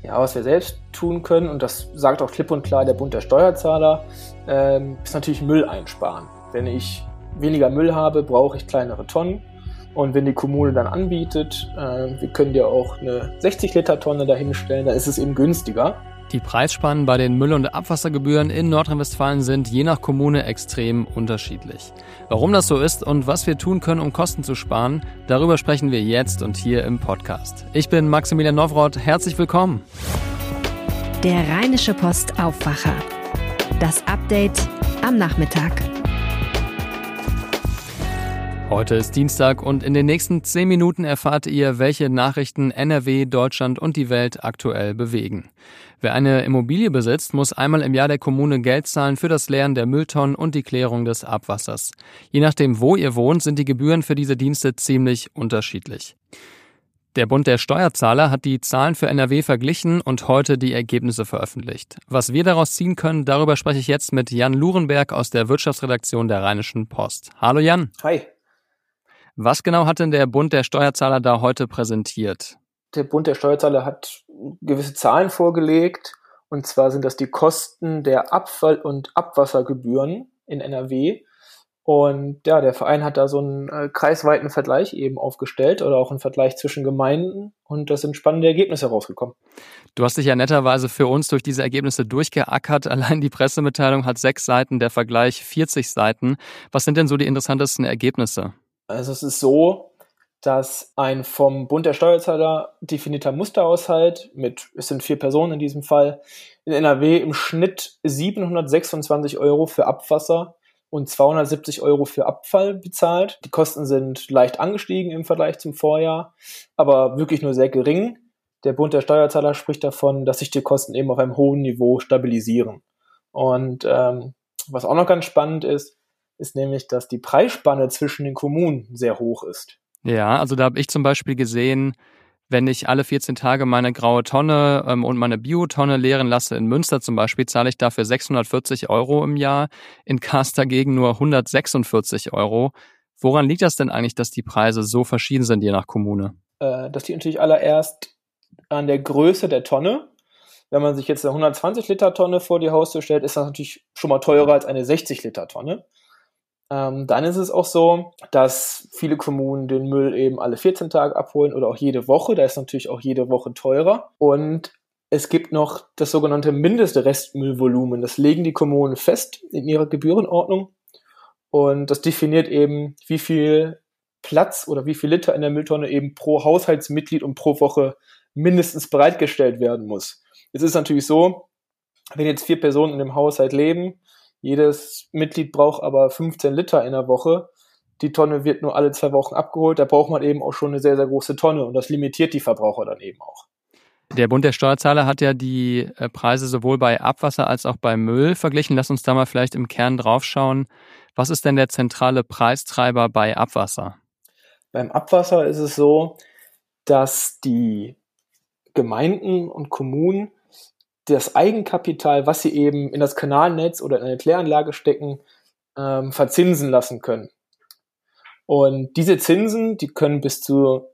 Ja, was wir selbst tun können, und das sagt auch klipp und klar der Bund der Steuerzahler, ist natürlich Müll einsparen. Wenn ich weniger Müll habe, brauche ich kleinere Tonnen. Und wenn die Kommune dann anbietet, wir können dir auch eine 60-Liter-Tonne dahinstellen, dann ist es eben günstiger. Die Preisspannen bei den Müll- und Abwassergebühren in Nordrhein-Westfalen sind je nach Kommune extrem unterschiedlich. Warum das so ist und was wir tun können, um Kosten zu sparen, darüber sprechen wir jetzt und hier im Podcast. Ich bin Maximilian Nowroth, herzlich willkommen. Der Rheinische Post Aufwacher. Das Update am Nachmittag. Heute ist Dienstag und in den nächsten 10 Minuten erfahrt ihr, welche Nachrichten NRW, Deutschland und die Welt aktuell bewegen. Wer eine Immobilie besitzt, muss einmal im Jahr der Kommune Geld zahlen für das Leeren der Mülltonnen und die Klärung des Abwassers. Je nachdem, wo ihr wohnt, sind die Gebühren für diese Dienste ziemlich unterschiedlich. Der Bund der Steuerzahler hat die Zahlen für NRW verglichen und heute die Ergebnisse veröffentlicht. Was wir daraus ziehen können, darüber spreche ich jetzt mit Jan Lurenberg aus der Wirtschaftsredaktion der Rheinischen Post. Hallo Jan. Hi. Was genau hat denn der Bund der Steuerzahler da heute präsentiert? Der Bund der Steuerzahler hat gewisse Zahlen vorgelegt, und zwar sind das die Kosten der Abfall- und Abwassergebühren in NRW. Und ja, der Verein hat da so einen kreisweiten Vergleich eben aufgestellt oder auch einen Vergleich zwischen Gemeinden, und da sind spannende Ergebnisse rausgekommen. Du hast dich ja netterweise für uns durch diese Ergebnisse durchgeackert. Allein die Pressemitteilung hat 6 Seiten, der Vergleich 40 Seiten. Was sind denn so die interessantesten Ergebnisse? Also es ist so, dass ein vom Bund der Steuerzahler definierter Musterhaushalt es sind 4 Personen in diesem Fall, in NRW im Schnitt 726 € für Abwasser und 270 € für Abfall bezahlt. Die Kosten sind leicht angestiegen im Vergleich zum Vorjahr, aber wirklich nur sehr gering. Der Bund der Steuerzahler spricht davon, dass sich die Kosten eben auf einem hohen Niveau stabilisieren. Und was auch noch ganz spannend ist nämlich, dass die Preisspanne zwischen den Kommunen sehr hoch ist. Ja, also da habe ich zum Beispiel gesehen, wenn ich alle 14 Tage meine graue Tonne und meine Biotonne leeren lasse in Münster zum Beispiel, zahle ich dafür 640 € im Jahr, in Kars dagegen nur 146 €. Woran liegt das denn eigentlich, dass die Preise so verschieden sind je nach Kommune? Das liegt natürlich allererst an der Größe der Tonne. Wenn man sich jetzt eine 120-Liter-Tonne vor die Haustür stellt, ist das natürlich schon mal teurer als eine 60-Liter-Tonne. Dann ist es auch so, dass viele Kommunen den Müll eben alle 14 Tage abholen oder auch jede Woche. Da ist natürlich auch jede Woche teurer. Und es gibt noch das sogenannte Mindestrestmüllvolumen. Das legen die Kommunen fest in ihrer Gebührenordnung. Und das definiert eben, wie viel Platz oder wie viel Liter in der Mülltonne eben pro Haushaltsmitglied und pro Woche mindestens bereitgestellt werden muss. Es ist natürlich so, wenn jetzt 4 Personen in dem Haushalt leben, jedes Mitglied braucht aber 15 Liter in der Woche. Die Tonne wird nur alle 2 Wochen abgeholt. Da braucht man eben auch schon eine sehr, sehr große Tonne. Und das limitiert die Verbraucher dann eben auch. Der Bund der Steuerzahler hat ja die Preise sowohl bei Abwasser als auch bei Müll verglichen. Lass uns da mal vielleicht im Kern draufschauen. Was ist denn der zentrale Preistreiber bei Abwasser? Beim Abwasser ist es so, dass die Gemeinden und Kommunen das Eigenkapital, was sie eben in das Kanalnetz oder in eine Kläranlage stecken, verzinsen lassen können. Und diese Zinsen, die können bis zu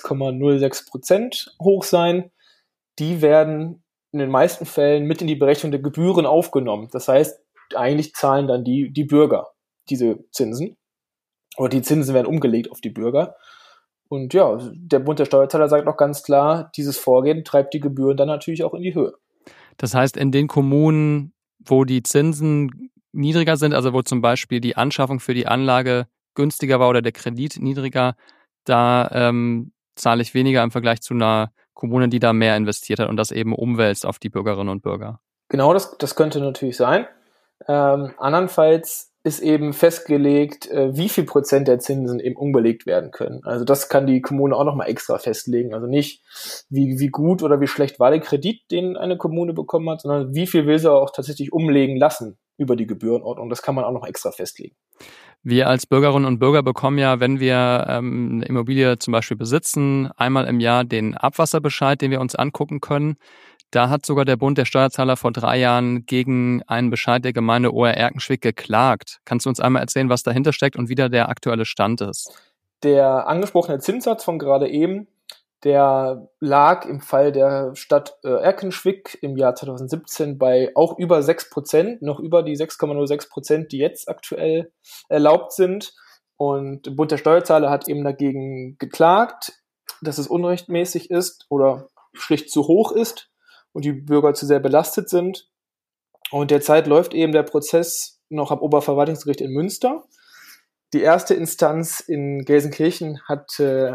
6,06% hoch sein. Die werden in den meisten Fällen mit in die Berechnung der Gebühren aufgenommen. Das heißt, eigentlich zahlen dann die Bürger diese Zinsen. Oder die Zinsen werden umgelegt auf die Bürger. Und ja, der Bund der Steuerzahler sagt auch ganz klar, dieses Vorgehen treibt die Gebühren dann natürlich auch in die Höhe. Das heißt, in den Kommunen, wo die Zinsen niedriger sind, also wo zum Beispiel die Anschaffung für die Anlage günstiger war oder der Kredit niedriger, da zahle ich weniger im Vergleich zu einer Kommune, die da mehr investiert hat und das eben umwälzt auf die Bürgerinnen und Bürger. Genau, das könnte natürlich sein. Andernfalls ist eben festgelegt, wie viel Prozent der Zinsen eben umgelegt werden können. Also das kann die Kommune auch nochmal extra festlegen. Also nicht, wie gut oder wie schlecht war der Kredit, den eine Kommune bekommen hat, sondern wie viel will sie auch tatsächlich umlegen lassen über die Gebührenordnung. Das kann man auch noch extra festlegen. Wir als Bürgerinnen und Bürger bekommen ja, wenn wir eine Immobilie zum Beispiel besitzen, einmal im Jahr den Abwasserbescheid, den wir uns angucken können. Da hat sogar der Bund der Steuerzahler vor 3 Jahren gegen einen Bescheid der Gemeinde Ohr-Erkenschwick geklagt. Kannst du uns einmal erzählen, was dahinter steckt und wie da der aktuelle Stand ist? Der angesprochene Zinssatz von gerade eben, der lag im Fall der Stadt Erkenschwick im Jahr 2017 bei auch über 6%, noch über die 6,06%, die jetzt aktuell erlaubt sind. Und der Bund der Steuerzahler hat eben dagegen geklagt, dass es unrechtmäßig ist oder schlicht zu hoch ist und die Bürger zu sehr belastet sind. Und derzeit läuft eben der Prozess noch am Oberverwaltungsgericht in Münster. Die erste Instanz in Gelsenkirchen hat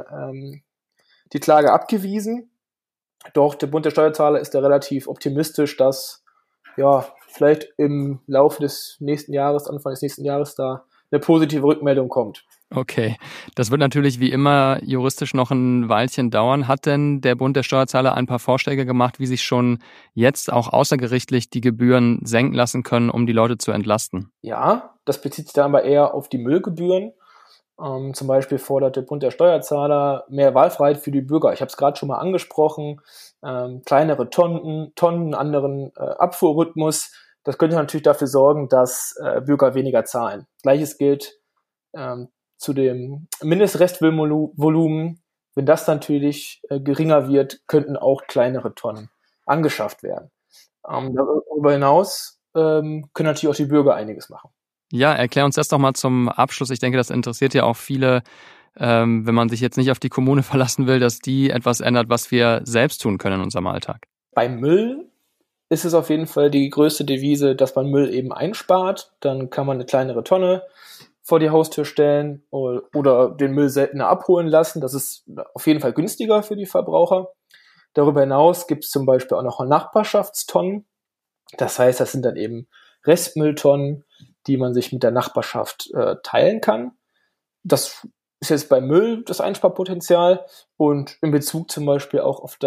die Klage abgewiesen. Doch der Bund der Steuerzahler ist da relativ optimistisch, dass vielleicht im Laufe des nächsten Jahres, Anfang des nächsten Jahres, da eine positive Rückmeldung kommt. Okay, das wird natürlich wie immer juristisch noch ein Weilchen dauern. Hat denn der Bund der Steuerzahler ein paar Vorschläge gemacht, wie sich schon jetzt auch außergerichtlich die Gebühren senken lassen können, um die Leute zu entlasten? Ja, das bezieht sich dann aber eher auf die Müllgebühren. Zum Beispiel fordert der Bund der Steuerzahler mehr Wahlfreiheit für die Bürger. Ich habe es gerade schon mal angesprochen. Kleinere Tonnen, anderen Abfuhrrhythmus. Das könnte natürlich dafür sorgen, dass Bürger weniger zahlen. Gleiches gilt zu dem Mindestrestvolumen. Wenn das natürlich geringer wird, könnten auch kleinere Tonnen angeschafft werden. Darüber hinaus können natürlich auch die Bürger einiges machen. Ja, erklär uns das doch mal zum Abschluss. Ich denke, das interessiert ja auch viele, wenn man sich jetzt nicht auf die Kommune verlassen will, dass die etwas ändert, was wir selbst tun können in unserem Alltag. Beim Müll ist es auf jeden Fall die größte Devise, dass man Müll eben einspart. Dann kann man eine kleinere Tonne vor die Haustür stellen oder den Müll seltener abholen lassen. Das ist auf jeden Fall günstiger für die Verbraucher. Darüber hinaus gibt es zum Beispiel auch noch Nachbarschaftstonnen. Das heißt, das sind dann eben Restmülltonnen, die man sich mit der Nachbarschaft teilen kann. Das ist jetzt bei Müll das Einsparpotenzial und in Bezug zum Beispiel auch auf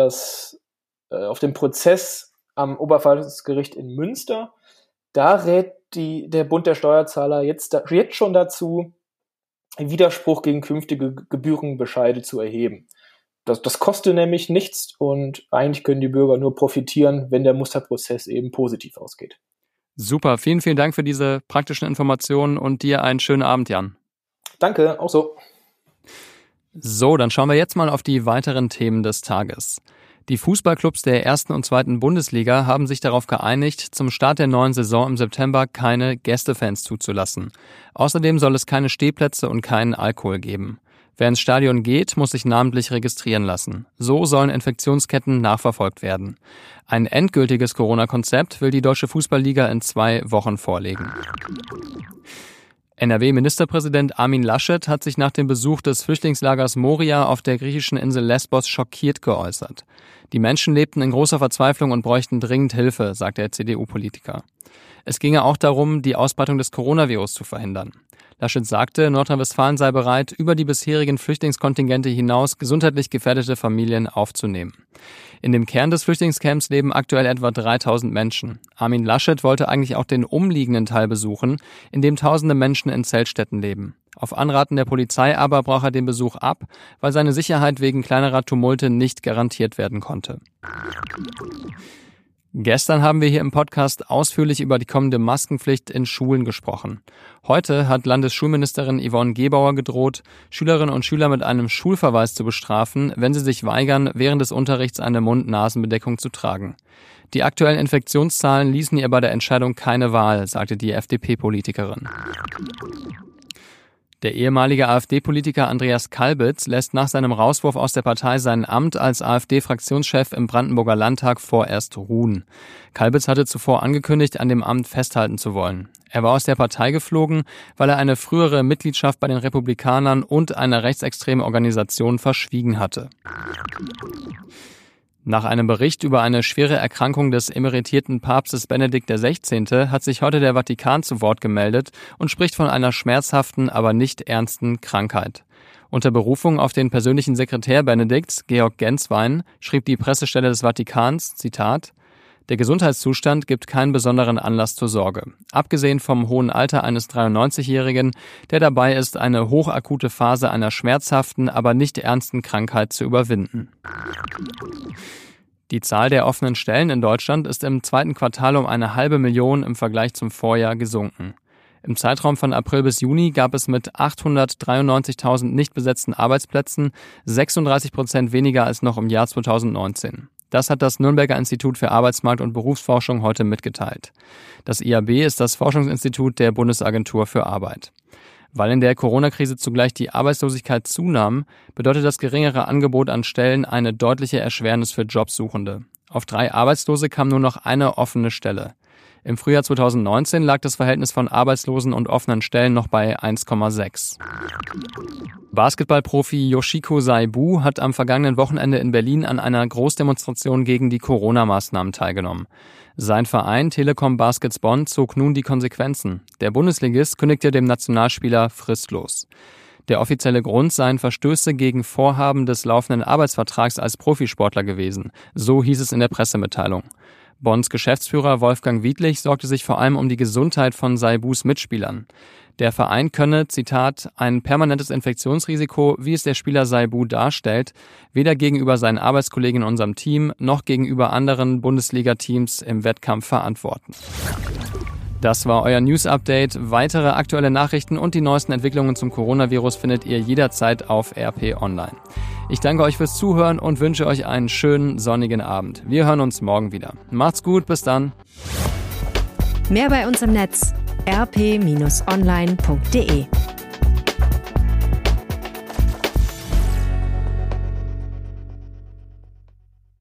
den Prozess am Oberverwaltungsgericht in Münster. Da rät der Bund der Steuerzahler jetzt schon dazu, Widerspruch gegen künftige Gebührenbescheide zu erheben. Das kostet nämlich nichts und eigentlich können die Bürger nur profitieren, wenn der Musterprozess eben positiv ausgeht. Super, vielen, vielen Dank für diese praktischen Informationen und dir einen schönen Abend, Jan. Danke, auch so. So, dann schauen wir jetzt mal auf die weiteren Themen des Tages. Die Fußballclubs der 1. und 2. Bundesliga haben sich darauf geeinigt, zum Start der neuen Saison im September keine Gästefans zuzulassen. Außerdem soll es keine Stehplätze und keinen Alkohol geben. Wer ins Stadion geht, muss sich namentlich registrieren lassen. So sollen Infektionsketten nachverfolgt werden. Ein endgültiges Corona-Konzept will die Deutsche Fußballliga in 2 Wochen vorlegen. NRW-Ministerpräsident Armin Laschet hat sich nach dem Besuch des Flüchtlingslagers Moria auf der griechischen Insel Lesbos schockiert geäußert. Die Menschen lebten in großer Verzweiflung und bräuchten dringend Hilfe, sagt der CDU-Politiker. Es ginge auch darum, die Ausbreitung des Coronavirus zu verhindern. Laschet sagte, Nordrhein-Westfalen sei bereit, über die bisherigen Flüchtlingskontingente hinaus gesundheitlich gefährdete Familien aufzunehmen. In dem Kern des Flüchtlingscamps leben aktuell etwa 3000 Menschen. Armin Laschet wollte eigentlich auch den umliegenden Teil besuchen, in dem tausende Menschen in Zeltstätten leben. Auf Anraten der Polizei aber brach er den Besuch ab, weil seine Sicherheit wegen kleinerer Tumulte nicht garantiert werden konnte. Gestern haben wir hier im Podcast ausführlich über die kommende Maskenpflicht in Schulen gesprochen. Heute hat Landesschulministerin Yvonne Gebauer gedroht, Schülerinnen und Schüler mit einem Schulverweis zu bestrafen, wenn sie sich weigern, während des Unterrichts eine Mund-Nasen-Bedeckung zu tragen. Die aktuellen Infektionszahlen ließen ihr bei der Entscheidung keine Wahl, sagte die FDP-Politikerin. Der ehemalige AfD-Politiker Andreas Kalbitz lässt nach seinem Rauswurf aus der Partei sein Amt als AfD-Fraktionschef im Brandenburger Landtag vorerst ruhen. Kalbitz hatte zuvor angekündigt, an dem Amt festhalten zu wollen. Er war aus der Partei geflogen, weil er eine frühere Mitgliedschaft bei den Republikanern und einer rechtsextremen Organisation verschwiegen hatte. Nach einem Bericht über eine schwere Erkrankung des emeritierten Papstes Benedikt XVI. Hat sich heute der Vatikan zu Wort gemeldet und spricht von einer schmerzhaften, aber nicht ernsten Krankheit. Unter Berufung auf den persönlichen Sekretär Benedikts, Georg Genswein, schrieb die Pressestelle des Vatikans, Zitat, der Gesundheitszustand gibt keinen besonderen Anlass zur Sorge. Abgesehen vom hohen Alter eines 93-Jährigen, der dabei ist, eine hochakute Phase einer schmerzhaften, aber nicht ernsten Krankheit zu überwinden. Die Zahl der offenen Stellen in Deutschland ist im 2. Quartal um 500.000 im Vergleich zum Vorjahr gesunken. Im Zeitraum von April bis Juni gab es mit 893.000 nicht besetzten Arbeitsplätzen 36% weniger als noch im Jahr 2019. Das hat das Nürnberger Institut für Arbeitsmarkt- und Berufsforschung heute mitgeteilt. Das IAB ist das Forschungsinstitut der Bundesagentur für Arbeit. Weil in der Corona-Krise zugleich die Arbeitslosigkeit zunahm, bedeutet das geringere Angebot an Stellen eine deutliche Erschwernis für Jobsuchende. Auf 3 Arbeitslose kam nur noch eine offene Stelle. Im Frühjahr 2019 lag das Verhältnis von Arbeitslosen und offenen Stellen noch bei 1,6. Basketballprofi Yoshiko Saibu hat am vergangenen Wochenende in Berlin an einer Großdemonstration gegen die Corona-Maßnahmen teilgenommen. Sein Verein Telekom Baskets Bonn zog nun die Konsequenzen. Der Bundesligist kündigte dem Nationalspieler fristlos. Der offizielle Grund seien Verstöße gegen Vorhaben des laufenden Arbeitsvertrags als Profisportler gewesen. So hieß es in der Pressemitteilung. Bonns Geschäftsführer Wolfgang Wiedlich sorgte sich vor allem um die Gesundheit von Saibus Mitspielern. Der Verein könne, Zitat, ein permanentes Infektionsrisiko, wie es der Spieler Saibu darstellt, weder gegenüber seinen Arbeitskollegen in unserem Team noch gegenüber anderen Bundesliga-Teams im Wettkampf verantworten. Das war euer News-Update. Weitere aktuelle Nachrichten und die neuesten Entwicklungen zum Coronavirus findet ihr jederzeit auf RP Online. Ich danke euch fürs Zuhören und wünsche euch einen schönen, sonnigen Abend. Wir hören uns morgen wieder. Macht's gut, bis dann. Mehr bei uns im Netz rp-online.de